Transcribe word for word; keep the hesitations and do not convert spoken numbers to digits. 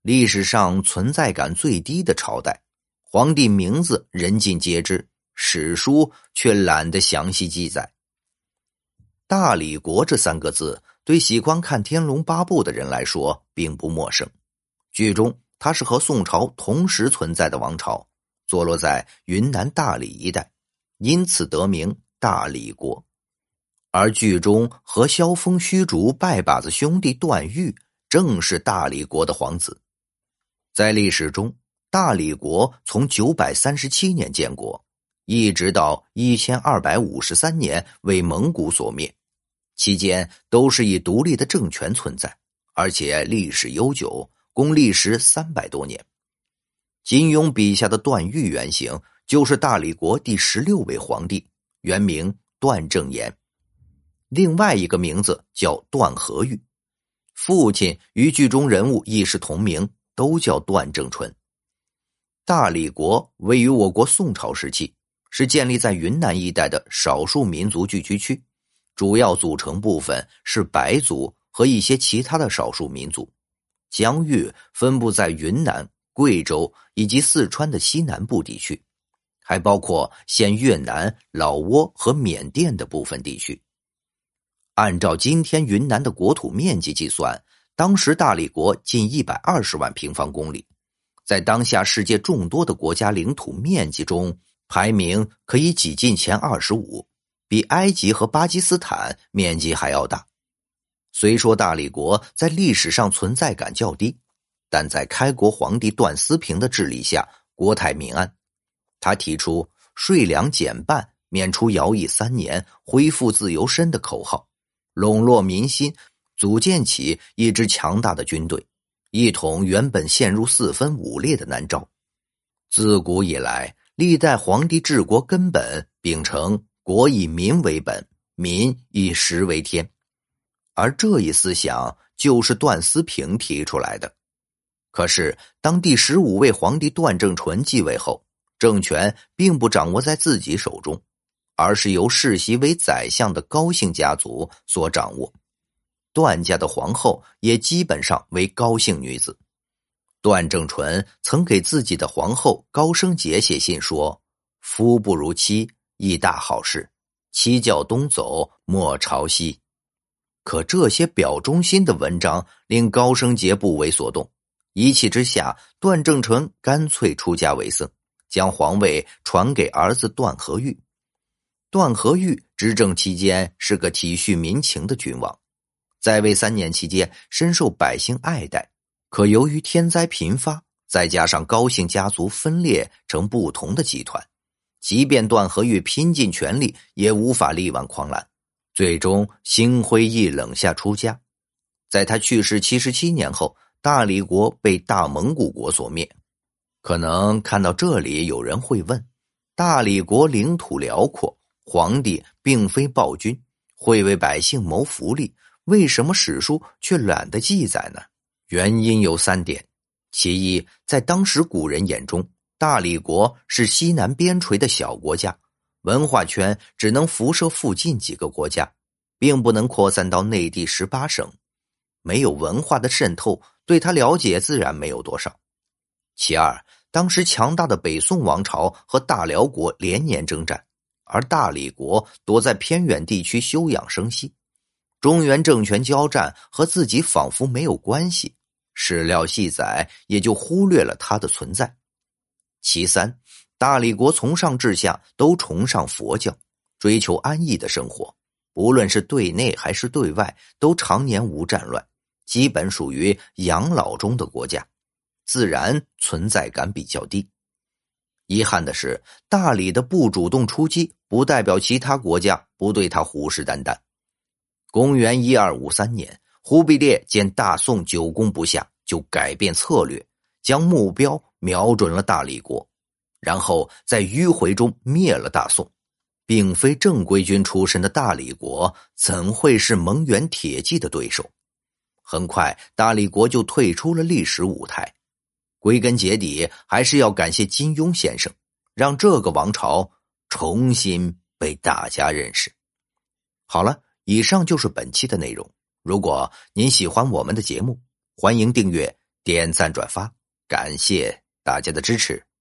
历史上存在感最低的朝代，皇帝名字人尽皆知，史书却懒得详细记载。大理国这三个字对喜欢看《天龙八部》的人来说并不陌生。剧中它是和宋朝同时存在的王朝，坐落在云南大理一带，因此得名大理国。而剧中和萧峰虚竹拜把子兄弟段誉正是大理国的皇子。在历史中，大理国从九百三十七年建国，一直到一千二百五十三年为蒙古所灭，期间都是以独立的政权存在，而且历史悠久，共历时三百多年。金庸笔下的段誉原型就是大理国第十六位皇帝，原名段正炎，另外一个名字叫段和玉，父亲与剧中人物亦是同名，都叫段正淳。大理国位于我国宋朝时期，是建立在云南一带的少数民族聚居区，主要组成部分是白族和一些其他的少数民族。疆域分布在云南、贵州以及四川的西南部地区，还包括现越南、老挝和缅甸的部分地区。按照今天云南的国土面积计算，当时大理国近一百二十万平方公里，在当下世界众多的国家领土面积中，排名可以挤进前二十五，比埃及和巴基斯坦面积还要大。虽说大理国在历史上存在感较低，但在开国皇帝段思平的治理下，国泰民安。他提出税粮减半、免除徭役三年、恢复自由身的口号，笼络民心，组建起一支强大的军队，一统原本陷入四分五裂的南诏。自古以来，历代皇帝治国根本秉承国以民为本，民以食为天，而这一思想就是段思平提出来的。可是当第十五位皇帝段正淳继位后，政权并不掌握在自己手中，而是由世袭为宰相的高姓家族所掌握。段家的皇后也基本上为高姓女子。段正淳曾给自己的皇后高升节写信说：夫不如妻，亦大好事，妻教东走，莫朝西。可这些表忠心的文章令高升节不为所动，一气之下，段正淳干脆出家为僧，将皇位传给儿子段和玉。段和玉执政期间是个体恤民情的君王，在位三年期间深受百姓爱戴，可由于天灾频发，再加上高姓家族分裂成不同的集团，即便段和玉拼尽全力也无法力挽狂澜，最终心灰意冷下出家。在他去世七十七年后，大理国被大蒙古国所灭。可能看到这里有人会问，大理国领土辽阔，皇帝并非暴君，会为百姓谋福利，为什么史书却懒得记载呢？原因有三点。其一，在当时古人眼中，大理国是西南边陲的小国家，文化圈只能辐射附近几个国家，并不能扩散到内地十八省。没有文化的渗透，对他了解自然没有多少。其二，当时强大的北宋王朝和大辽国连年征战，而大理国躲在偏远地区休养生息，中原政权交战和自己仿佛没有关系，史料记载也就忽略了它的存在。其三，大理国从上至下都崇尚佛教，追求安逸的生活，无论是对内还是对外都常年无战乱，基本属于养老中的国家，自然存在感比较低。遗憾的是，大理的不主动出击，不代表其他国家不对他虎视眈眈。公元一二五三年，忽必烈见大宋久攻不下，就改变策略，将目标瞄准了大理国，然后在迂回中灭了大宋。并非正规军出身的大理国怎会是蒙元铁骑的对手？很快大理国就退出了历史舞台。归根结底还是要感谢金庸先生，让这个王朝重新被大家认识。好了，以上就是本期的内容。如果您喜欢我们的节目，欢迎订阅点赞转发，感谢大家的支持。